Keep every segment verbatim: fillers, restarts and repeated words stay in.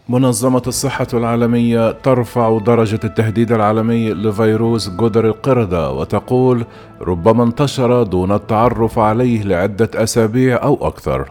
منظمة الصحة العالمية ترفع درجة التهديد العالمي لفيروس جدر القردة وتقول ربما انتشر دون التعرف عليه لعدة أسابيع أو أكثر.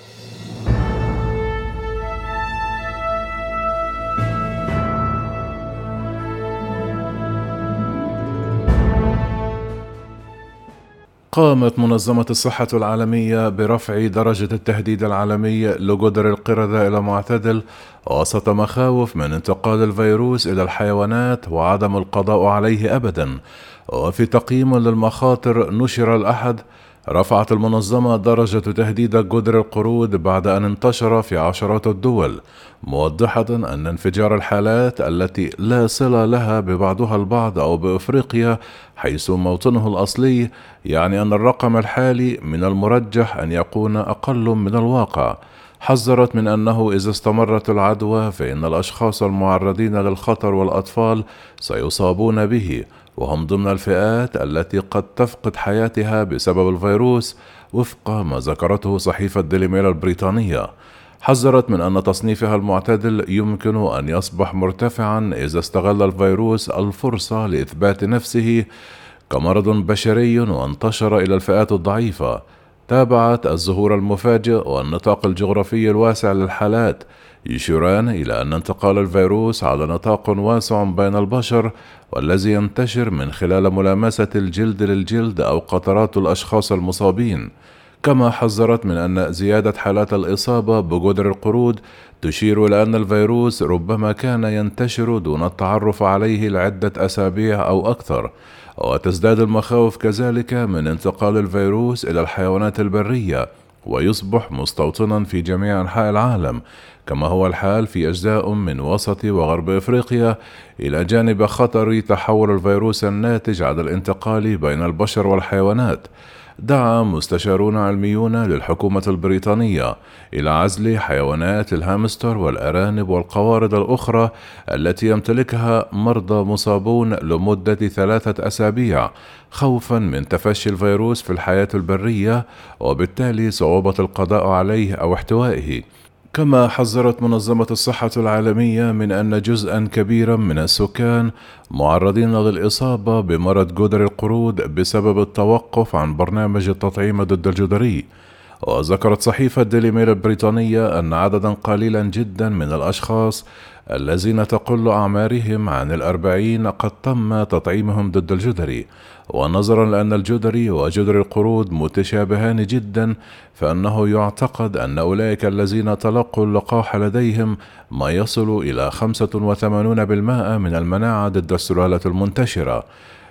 قامت منظمة الصحة العالمية برفع درجة التهديد العالمي لجدر القردة إلى معتدل وسط مخاوف من انتقال الفيروس إلى الحيوانات وعدم القضاء عليه أبدا. وفي تقييم للمخاطر نشر الأحد، رفعت المنظمة درجة تهديد جدر القرود بعد أن انتشر في عشرات الدول، موضحة أن انفجار الحالات التي لا صلة لها ببعضها البعض أو بإفريقيا حيث موطنه الأصلي يعني أن الرقم الحالي من المرجح أن يكون أقل من الواقع. حذرت من أنه إذا استمرت العدوى فإن الأشخاص المعرضين للخطر والأطفال سيصابون به، وهم ضمن الفئات التي قد تفقد حياتها بسبب الفيروس وفق ما ذكرته صحيفة ديلي ميل البريطانية. حذرت من أن تصنيفها المعتدل يمكن أن يصبح مرتفعا إذا استغل الفيروس الفرصة لإثبات نفسه كمرض بشري وانتشر إلى الفئات الضعيفة. تابعت الظهور المفاجئ والنطاق الجغرافي الواسع للحالات يشيران إلى أن انتقال الفيروس على نطاق واسع بين البشر والذي ينتشر من خلال ملامسة الجلد للجلد أو قطرات الأشخاص المصابين. كما حذرت من أن زيادة حالات الإصابة بجدر القرود تشير إلى أن الفيروس ربما كان ينتشر دون التعرف عليه لعدة أسابيع أو أكثر، وتزداد المخاوف كذلك من انتقال الفيروس إلى الحيوانات البرية ويصبح مستوطنا في جميع أنحاء العالم كما هو الحال في أجزاء من وسط وغرب إفريقيا، إلى جانب خطر تحول الفيروس الناتج عن الانتقال بين البشر والحيوانات. دعا مستشارون علميون للحكومة البريطانية إلى عزل حيوانات الهامستر والأرانب والقوارض الأخرى التي يمتلكها مرضى مصابون لمدة ثلاثة أسابيع خوفا من تفشي الفيروس في الحياة البرية وبالتالي صعوبة القضاء عليه أو احتوائه. كما حذرت منظمة الصحة العالمية من أن جزءا كبيرا من السكان معرضين للإصابة بمرض جدر القرود بسبب التوقف عن برنامج التطعيم ضد الجدري. وذكرت صحيفة ديلي ميل البريطانية أن عددا قليلا جدا من الأشخاص الذين تقل أعمارهم عن الأربعين قد تم تطعيمهم ضد الجدري، ونظرا لأن الجدري وجدر القرود متشابهان جدا فإنه يعتقد أن أولئك الذين تلقوا اللقاح لديهم ما يصل إلى خمسة وثمانين بالمئة من المناعة ضد السلالة المنتشرة.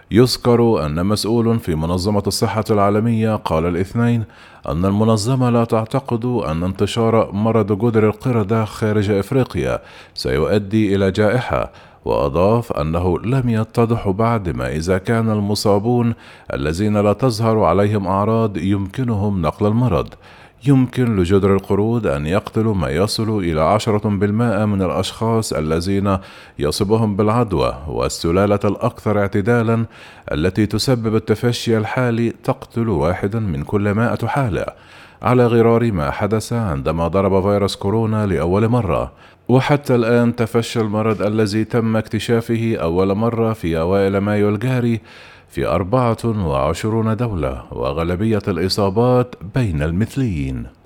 يذكر أن مسؤول في منظمة الصحة العالمية قال الاثنين أن المنظمة لا تعتقد أن انتشار مرض جدر القردة خارج إفريقيا سيؤدي إلى جائحة، وأضاف أنه لم يتضح بعد ما إذا كان المصابون الذين لا تظهر عليهم أعراض يمكنهم نقل المرض. يمكن لجدر القرود أن يقتل ما يصل إلى عشرة بالمئة من الأشخاص الذين يصيبهم بالعدوى، والسلالة الأكثر اعتدالا التي تسبب التفشي الحالي تقتل واحدا من كل مائة حالة، على غرار ما حدث عندما ضرب فيروس كورونا لأول مرة. وحتى الآن تفشى المرض الذي تم اكتشافه أول مرة في أوائل مايو الجاري في أربعة وعشرين دولة، وأغلبية الإصابات بين المثليين.